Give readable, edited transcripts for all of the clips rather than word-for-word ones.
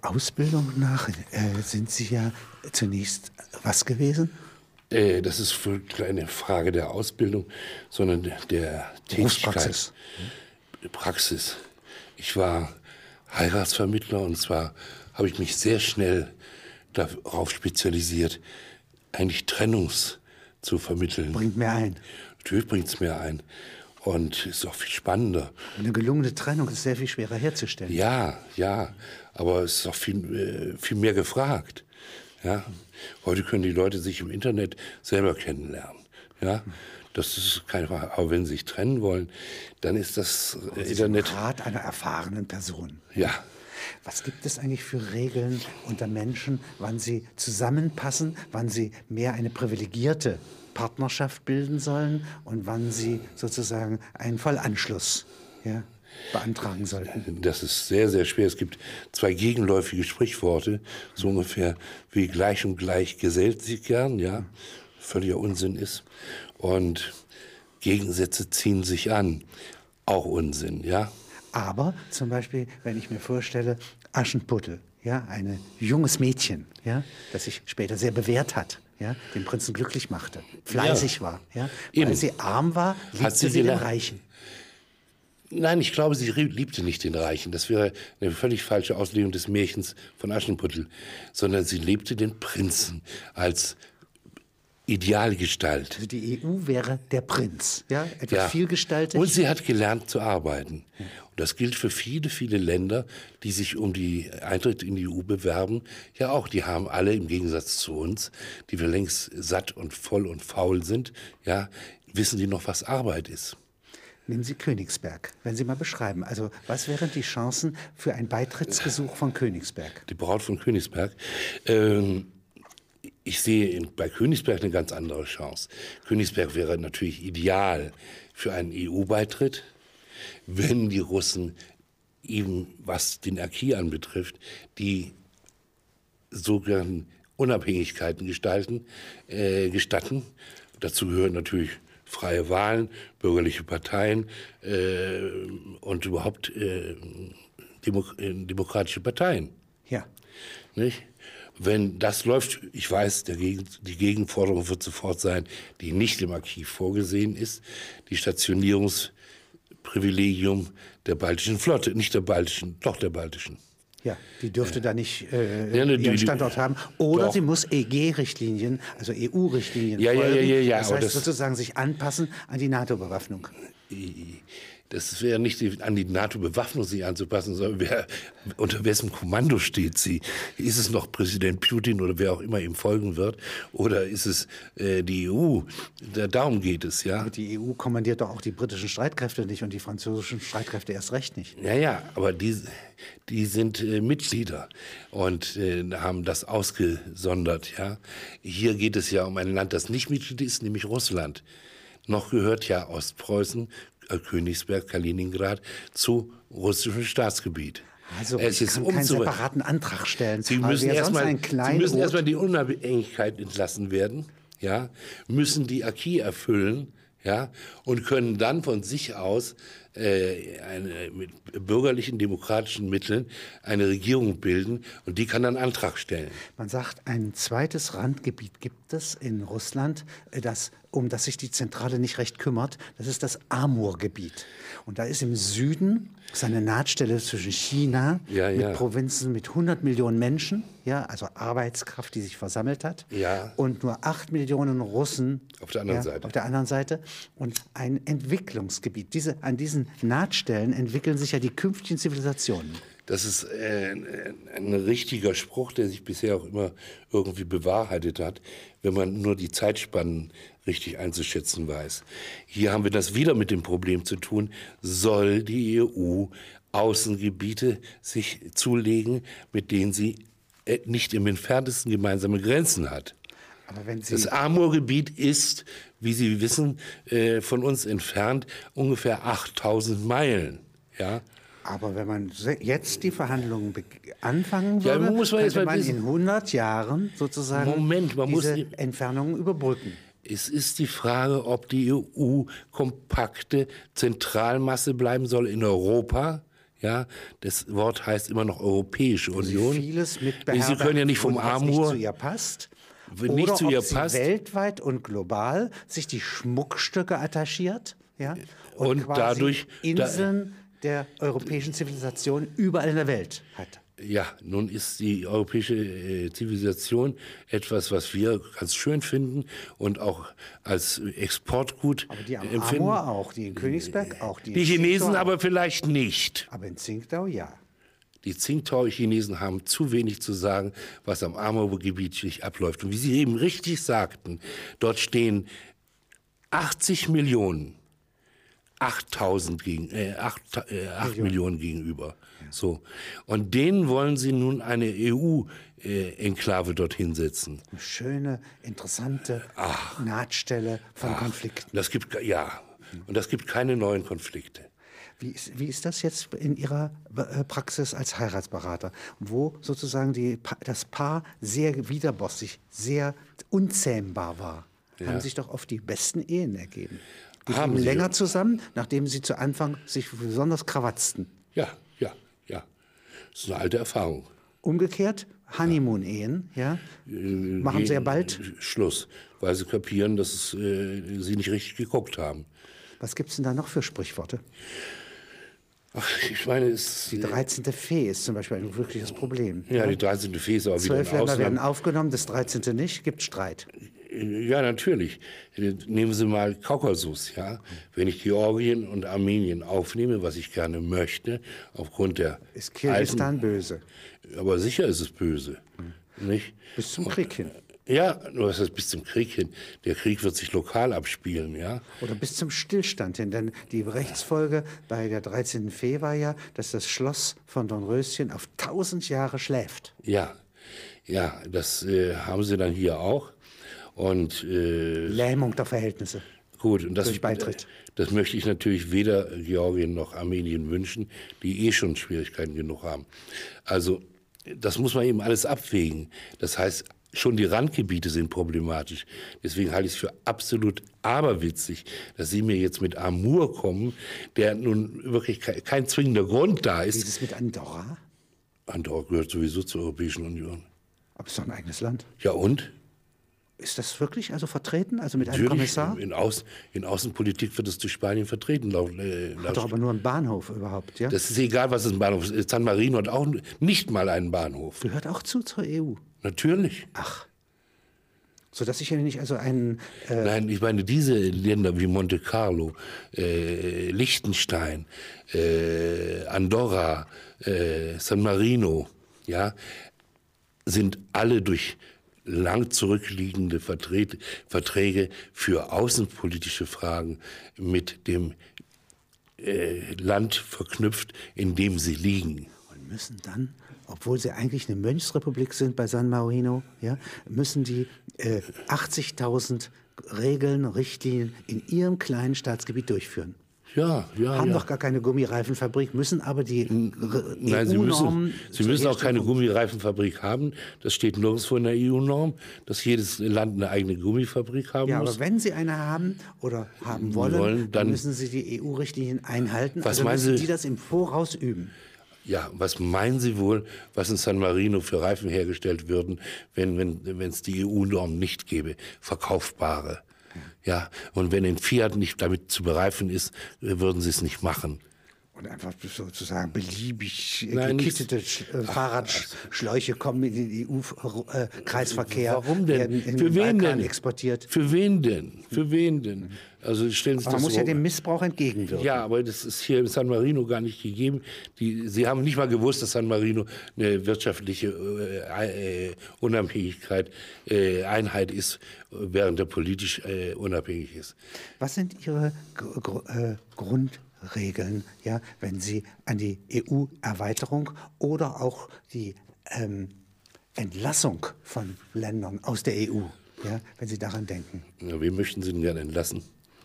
Ausbildung nach sind Sie ja zunächst was gewesen? Das ist keine Frage der Ausbildung, sondern der Tätigkeit. Praxis. Ich war Heiratsvermittler und zwar habe ich mich sehr schnell darauf spezialisiert, eigentlich zu vermitteln. Bringt mehr ein. Natürlich bringt es mehr ein und ist auch viel spannender. Eine gelungene Trennung ist sehr viel schwerer herzustellen. Ja, aber es ist auch viel mehr gefragt. Ja? Heute können die Leute sich im Internet selber kennenlernen. Ja? Das ist keine Frage. Aber wenn sie sich trennen wollen, dann ist das Internet... Rat einer erfahrenen Person. Ja. Was gibt es eigentlich für Regeln unter Menschen, wann sie zusammenpassen, wann sie mehr eine privilegierte Partnerschaft bilden sollen und wann sie sozusagen einen Vollanschluss beantragen sollten? Das ist sehr, sehr schwer. Es gibt 2 gegenläufige Sprichworte, so ungefähr wie gleich und gleich gesellt sich gern, ja, völliger Unsinn ist. Und Gegensätze ziehen sich an, auch Unsinn, ja. Aber zum Beispiel, wenn ich mir vorstelle, Aschenputtel, ein junges Mädchen, das sich später sehr bewährt hat, den Prinzen glücklich machte, fleißig war, weil sie arm war, liebte sie den Reichen. Nein, ich glaube, sie liebte nicht den Reichen. Das wäre eine völlig falsche Auslegung des Märchens von Aschenputtel, sondern sie liebte den Prinzen als Idealgestalt. Also die EU wäre der Prinz, etwas vielgestaltig. Und sie hat gelernt zu arbeiten. Und das gilt für viele, viele Länder, die sich um die Eintritt in die EU bewerben. Ja auch, die haben alle im Gegensatz zu uns, die wir längst satt und voll und faul sind, wissen die noch, was Arbeit ist. Nehmen Sie Königsberg, wenn Sie mal beschreiben. Also was wären die Chancen für ein Beitrittsgesuch von Königsberg? Die Braut von Königsberg. Ich sehe bei Königsberg eine ganz andere Chance. Königsberg wäre natürlich ideal für einen EU-Beitritt, wenn die Russen eben, was den Acquis anbetrifft, die sogenannten Unabhängigkeiten gestatten. Dazu gehören natürlich freie Wahlen, bürgerliche Parteien und überhaupt demokratische Parteien. Ja. Nicht? Wenn das läuft, ich weiß, die Gegenforderung wird sofort sein, die nicht im Acquis vorgesehen ist, die Stationierungsprivilegium der baltischen Flotte, nicht der baltischen, doch der baltischen. Ja, die dürfte da nicht ihren Standort haben. Oder sie muss EG-Richtlinien, also EU-Richtlinien folgen. Das heißt sozusagen sich anpassen an die NATO-Bewaffnung. Das wäre nicht an die NATO-Bewaffnung sich anzupassen, sondern unter wessen Kommando steht sie? Ist es noch Präsident Putin oder wer auch immer ihm folgen wird? Oder ist es die EU? Darum geht es, ja. Aber die EU kommandiert doch auch die britischen Streitkräfte nicht und die französischen Streitkräfte erst recht nicht. Ja, aber die sind Mitglieder und haben das ausgesondert, ja. Hier geht es ja um ein Land, das nicht Mitglied ist, nämlich Russland. Noch gehört ja Ostpreußen, Königsberg, Kaliningrad zu russischem Staatsgebiet. Also ich kann keinen separaten Antrag stellen. Sie müssen erstmal die Unabhängigkeit entlassen werden, müssen die Acquis erfüllen, und können dann von sich aus mit bürgerlichen, demokratischen Mitteln eine Regierung bilden und die kann dann Antrag stellen. Man sagt, ein zweites Randgebiet gibt es in Russland, um das sich die Zentrale nicht recht kümmert. Das ist das Amur-Gebiet. Und da ist im Süden eine Nahtstelle zwischen China mit Provinzen mit 100 Millionen Menschen, also Arbeitskraft, die sich versammelt hat, und nur 8 Millionen Russen auf der anderen Seite. Und ein Entwicklungsgebiet. An diesen Nahtstellen entwickeln sich ja die künftigen Zivilisationen. Das ist ein richtiger Spruch, der sich bisher auch immer irgendwie bewahrheitet hat, wenn man nur die Zeitspannen richtig einzuschätzen weiß. Hier haben wir das wieder mit dem Problem zu tun, soll die EU Außengebiete sich zulegen, mit denen sie nicht im entferntesten gemeinsame Grenzen hat. Aber wenn das Amur-Gebiet ist, wie Sie wissen, von uns entfernt ungefähr 8000 Meilen. Ja? Aber wenn man jetzt die Verhandlungen anfangen würde, könnte man in 100 Jahren sozusagen diese Entfernungen überbrücken. Es ist die Frage, ob die EU kompakte Zentralmasse bleiben soll in Europa, Ja, das Wort heißt immer noch Europäische Union. Vieles mit Sie können ja nicht vom was Amur... nicht zu ihr passt. Nicht Oder zu ihr ob sie passt. weltweit und global sich die Schmuckstücke attachiert, ja, Und quasi dadurch... Inseln der europäischen Zivilisation überall in der Welt hat. Ja, nun ist die europäische Zivilisation etwas, was wir ganz schön finden und auch als Exportgut Aber die am empfinden. Amur auch, die in Königsberg auch. Die in Chinesen Tsingtao aber auch. vielleicht nicht. Aber in Tsingtao ja. Die Tsingtao-Chinesen haben zu wenig zu sagen, was am Amur-Gebiet sich abläuft. Und wie Sie eben richtig sagten, dort stehen 80 Millionen 8 Millionen gegenüber. So. Und denen wollen sie nun eine EU-Enklave dorthin setzen. Eine schöne, interessante Nahtstelle von Konflikten. Das gibt, ja, und das gibt keine neuen Konflikte. Wie ist das jetzt in Ihrer Praxis als Heiratsberater, wo sozusagen das Paar sehr widerborstig, sehr unzähmbar war? Ja. Haben sich doch oft die besten Ehen ergeben. Die Haben blieben sie. länger zusammen, nachdem sie zu Anfang sich besonders krawatzten. Ja. Das ist eine alte Erfahrung. Umgekehrt, Honeymoon-Ehen, ja, machen sehr bald. Schluss, weil sie kapieren, dass sie nicht richtig geguckt haben. Was gibt es denn da noch für Sprichworte? Ach, ich meine, es Die 13. Fee ist zum Beispiel ein wirkliches Problem. ja, die 13. Fee ist aber wieder 12 ein Länder werden Ausland. aufgenommen, das 13. nicht, gibt Streit. Ja, natürlich. Nehmen Sie mal Kaukasus, ja. Wenn ich Georgien und Armenien aufnehme, was ich gerne möchte, aufgrund der Ist Kirgisistan böse? aber sicher ist es böse, nicht? Bis zum Krieg hin. Ja, nur was heißt bis zum Krieg hin? Der Krieg wird sich lokal abspielen, ja. Oder bis zum Stillstand hin. Denn die Rechtsfolge bei der 13. Fee war ja, dass das Schloss von Dornröschen auf 1000 Jahre schläft. Ja, das haben Sie dann hier auch. Und Lähmung der Verhältnisse. gut, und durch Beitritt. Das möchte ich natürlich weder Georgien noch Armenien wünschen, die schon Schwierigkeiten genug haben. Also das muss man eben alles abwägen. Das heißt, schon die Randgebiete sind problematisch. Deswegen halte ich es für absolut aberwitzig, dass Sie mir jetzt mit Amur kommen, der nun wirklich kein zwingender Grund da Wie ist. ist es mit Andorra? Andorra gehört sowieso zur Europäischen Union. Aber es ist doch ein eigenes Land. Ja und? Ist das wirklich also vertreten? Also mit einem Natürlich, Kommissar? in Außenpolitik wird es durch Spanien vertreten. Hat doch aber nur einen Bahnhof überhaupt, ja? Das ist egal, was es ein Bahnhof ist. San Marino hat auch nicht mal einen Bahnhof. Gehört auch zur EU. Natürlich. Ach. Sodass ich ja nicht also einen... Nein, ich meine, diese Länder wie Monte Carlo, Liechtenstein, Andorra, San Marino, ja, sind alle durch lang zurückliegende Verträge für außenpolitische Fragen mit dem Land verknüpft, in dem sie liegen. Und müssen dann, obwohl sie eigentlich eine Mönchsrepublik sind bei San Marino, ja, müssen die 80.000 Regeln, Richtlinien in ihrem kleinen Staatsgebiet durchführen. Ja. Haben doch gar keine Gummireifenfabrik, müssen aber die Nein, EU-Normen... Sie müssen auch keine Gummireifenfabrik haben. Das steht nirgendwo in der EU-Norm, dass jedes Land eine eigene Gummifabrik haben Ja, muss. aber wenn Sie eine haben oder haben wollen, dann müssen Sie die EU-Richtlinien einhalten. Was also meinen müssen Sie- Sie das im Voraus üben. Ja, was meinen Sie wohl, was in San Marino für Reifen hergestellt würden, wenn es die EU-Norm nicht gäbe? Verkaufbare. Ja, und wenn ein Fiat nicht damit zu bereifen ist, würden sie es nicht machen. Und einfach sozusagen beliebig Nein, gekittete Fahrradschläuche kommen in den EU-Kreisverkehr, Warum denn? werden in Für den wen Balkan denn? exportiert. Für wen denn? Für wen denn? Also stellen Sie Aber man das muss ja so- dem Missbrauch entgegenwirken. Ja, aber das ist hier in San Marino gar nicht gegeben. Sie haben nicht mal gewusst, dass San Marino eine wirtschaftliche Unabhängigkeit, Einheit ist, während er politisch unabhängig ist. Was sind Ihre Grundregeln, ja, wenn Sie an die EU-Erweiterung oder auch die Entlassung von Ländern aus der EU, ja, wenn Sie daran denken? Ja, wen möchten Sie denn gerne entlassen?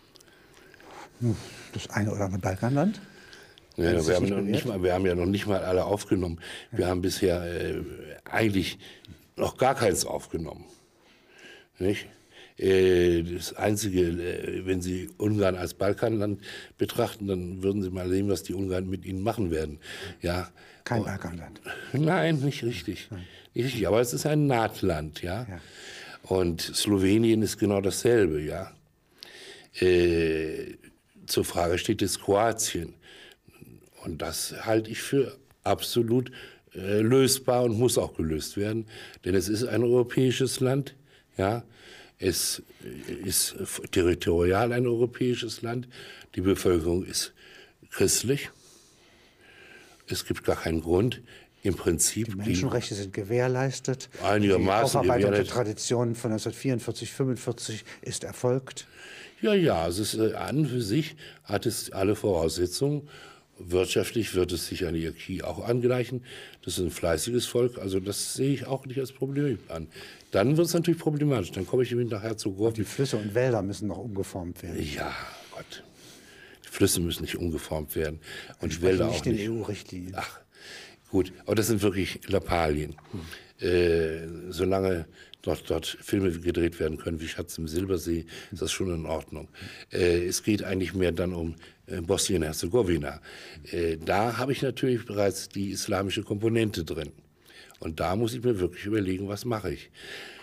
Das eine oder andere Balkanland? Ja, das wir, sich haben nicht noch nicht mal, wir haben ja noch nicht mal alle aufgenommen. Wir haben bisher eigentlich noch gar keins aufgenommen. Nicht? Das Einzige, wenn Sie Ungarn als Balkanland betrachten, dann würden Sie mal sehen, was die Ungarn mit ihnen machen werden. Ja. Kein Balkanland. Nein, nicht richtig. Nein. Nicht richtig. Aber es ist ein Nahtland, ja. Und Slowenien ist genau dasselbe, ja. Zur Frage steht jetzt Kroatien. Und das halte ich für absolut lösbar und muss auch gelöst werden. Denn es ist ein europäisches Land, ja. Es ist territorial ein europäisches Land. Die Bevölkerung ist christlich. Es gibt gar keinen Grund, im Prinzip... Die Menschenrechte sind gewährleistet. Einigermaßen gewährleistet. Die Aufarbeitung der Tradition von 1944, 1945 ist erfolgt. Ja, es ist an für sich, hat es alle Voraussetzungen. Wirtschaftlich wird es sich an die Acquis auch angleichen. Das ist ein fleißiges Volk, also das sehe ich auch nicht als Problem an. Dann wird es natürlich problematisch. Dann komme ich eben nachher zu Gott. Die Flüsse und Wälder müssen noch umgeformt werden. Ja, Gott. Die Flüsse müssen nicht umgeformt werden. Und die Wälder auch nicht. Den EU-Richtlinien. Ach, gut. Aber das sind wirklich Lappalien. Solange dort Filme gedreht werden können wie Schatz im Silbersee, ist das schon in Ordnung. Es geht eigentlich mehr dann um Bosnien-Herzegowina. Da habe ich natürlich bereits die islamische Komponente drin. Und da muss ich mir wirklich überlegen, was mache ich.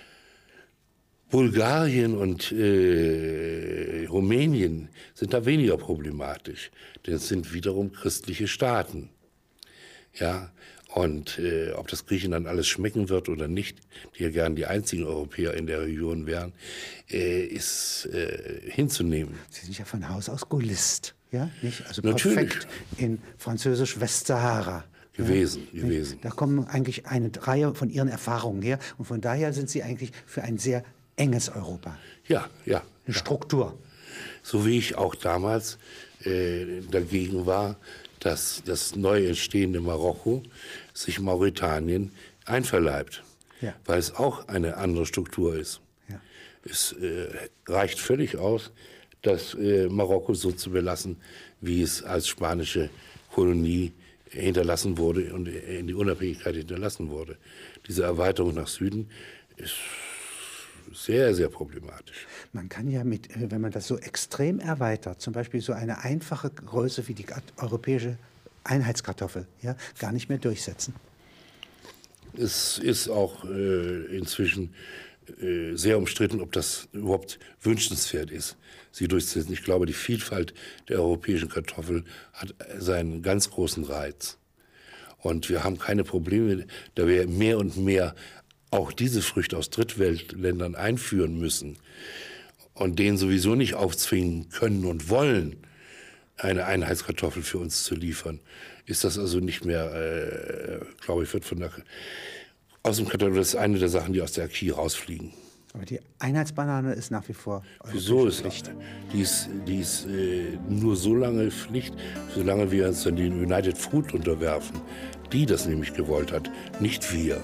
Bulgarien und Rumänien sind da weniger problematisch, denn es sind wiederum christliche Staaten. Ja, und ob das Griechenland alles schmecken wird oder nicht, die ja gern die einzigen Europäer in der Region wären, ist hinzunehmen. Sie sind ja von Haus aus Gaullist, ja? Nicht? Also natürlich. Perfekt in französisch Westsahara. Gewesen. Da kommen eigentlich eine Reihe von Ihren Erfahrungen her. Und von daher sind Sie eigentlich für ein sehr enges Europa. Ja. Eine Struktur. So wie ich auch damals dagegen war, dass das neu entstehende Marokko sich Mauretanien einverleibt, weil es auch eine andere Struktur ist. Ja. Es reicht völlig aus, das Marokko so zu belassen, wie es als spanische Kolonie hinterlassen wurde und in die Unabhängigkeit hinterlassen wurde. Diese Erweiterung nach Süden ist sehr, sehr problematisch. Man kann ja wenn man das so extrem erweitert, zum Beispiel so eine einfache Größe wie die europäische Einheitskartoffel, gar nicht mehr durchsetzen. Es ist auch inzwischen sehr umstritten, ob das überhaupt wünschenswert ist, sie durchzusetzen. Ich glaube, die Vielfalt der europäischen Kartoffel hat seinen ganz großen Reiz. Und wir haben keine Probleme, da wir mehr und mehr auch diese Früchte aus Drittweltländern einführen müssen und denen sowieso nicht aufzwingen können und wollen, eine Einheitskartoffel für uns zu liefern, ist das also nicht mehr, glaube ich, wird aus dem Kartoffel, das ist eine der Sachen, die aus der Acquis rausfliegen. Aber die Einheitsbanane ist nach wie vor Wieso ist Pflicht? Die ist nur so lange Pflicht, solange wir uns dann den United Fruit unterwerfen, die das nämlich gewollt hat, nicht wir.